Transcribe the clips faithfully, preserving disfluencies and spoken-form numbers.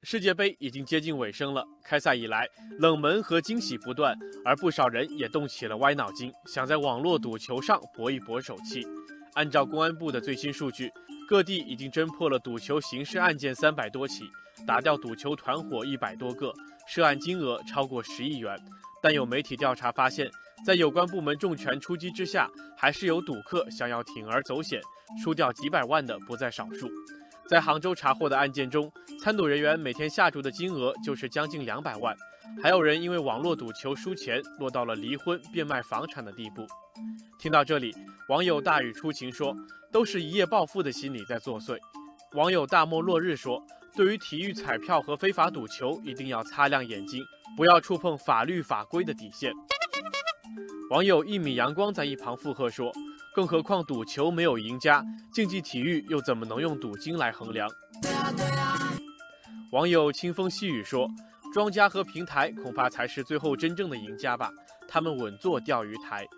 世界杯已经接近尾声了，开赛以来，冷门和惊喜不断，而不少人也动起了歪脑筋，想在网络赌球上搏一搏手气。按照公安部的最新数据，各地已经侦破了赌球刑事案件三百多起，打掉赌球团伙一百多个，涉案金额超过十亿元。但有媒体调查发现，在有关部门重拳出击之下，还是有赌客想要铤而走险，输掉几百万的不在少数。在杭州查获的案件中，参赌人员每天下注的金额就是将近两百万，还有人因为网络赌球输钱，落到了离婚、变卖房产的地步。听到这里，网友大雨初晴说，都是一夜暴富的心理在作祟。网友大漠落日说，对于体育彩票和非法赌球，一定要擦亮眼睛，不要触碰法律法规的底线。网友一米阳光在一旁附和说，更何况赌球没有赢家，竞技体育又怎么能用赌金来衡量？网友清风细雨说，庄家和平台恐怕才是最后真正的赢家吧，他们稳坐钓鱼台。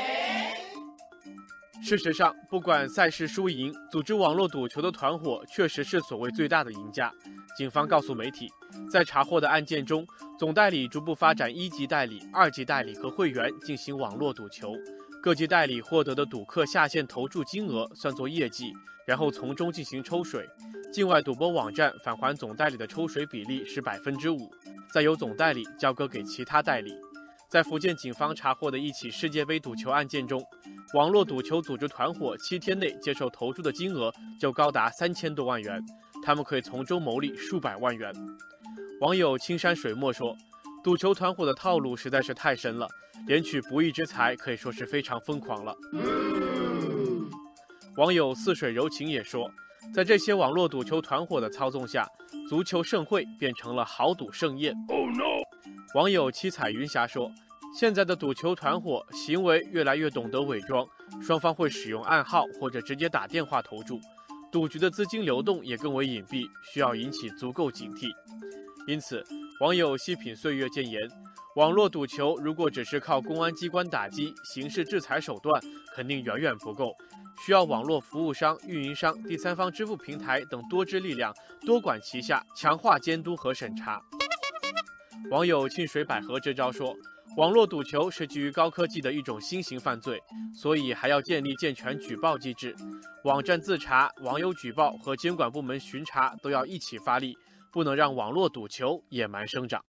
事实上，不管赛事输赢，组织网络赌球的团伙确实是所谓最大的赢家。警方告诉媒体，在查获的案件中，总代理逐步发展一级代理、二级代理和会员进行网络赌球，各级代理获得的赌客下线投注金额算作业绩，然后从中进行抽水。境外赌博网站返还总代理的抽水比例是百分之五，再由总代理交割给其他代理。在福建警方查获的一起世界杯赌球案件中，网络赌球组织团伙七天内接受投注的金额就高达三千多万元，他们可以从中牟利数百万元。网友青山水墨说，赌球团伙的套路实在是太深了，连取不义之财可以说是非常疯狂了。网友似水柔情也说，在这些网络赌球团伙的操纵下，足球盛会变成了豪赌盛宴。Oh, no. 网友七彩云霞说，现在的赌球团伙行为越来越懂得伪装，双方会使用暗号或者直接打电话投注，赌局的资金流动也更为隐蔽，需要引起足够警惕。因此，网友细品岁月建言，网络赌球如果只是靠公安机关打击、刑事制裁手段，肯定远远不够，需要网络服务商、运营商、第三方支付平台等多支力量多管齐下，强化监督和审查。网友沁水百合支招说，网络赌球是基于高科技的一种新型犯罪，所以还要建立健全举报机制，网站自查、网友举报和监管部门巡查都要一起发力，不能让网络赌球野蛮生长。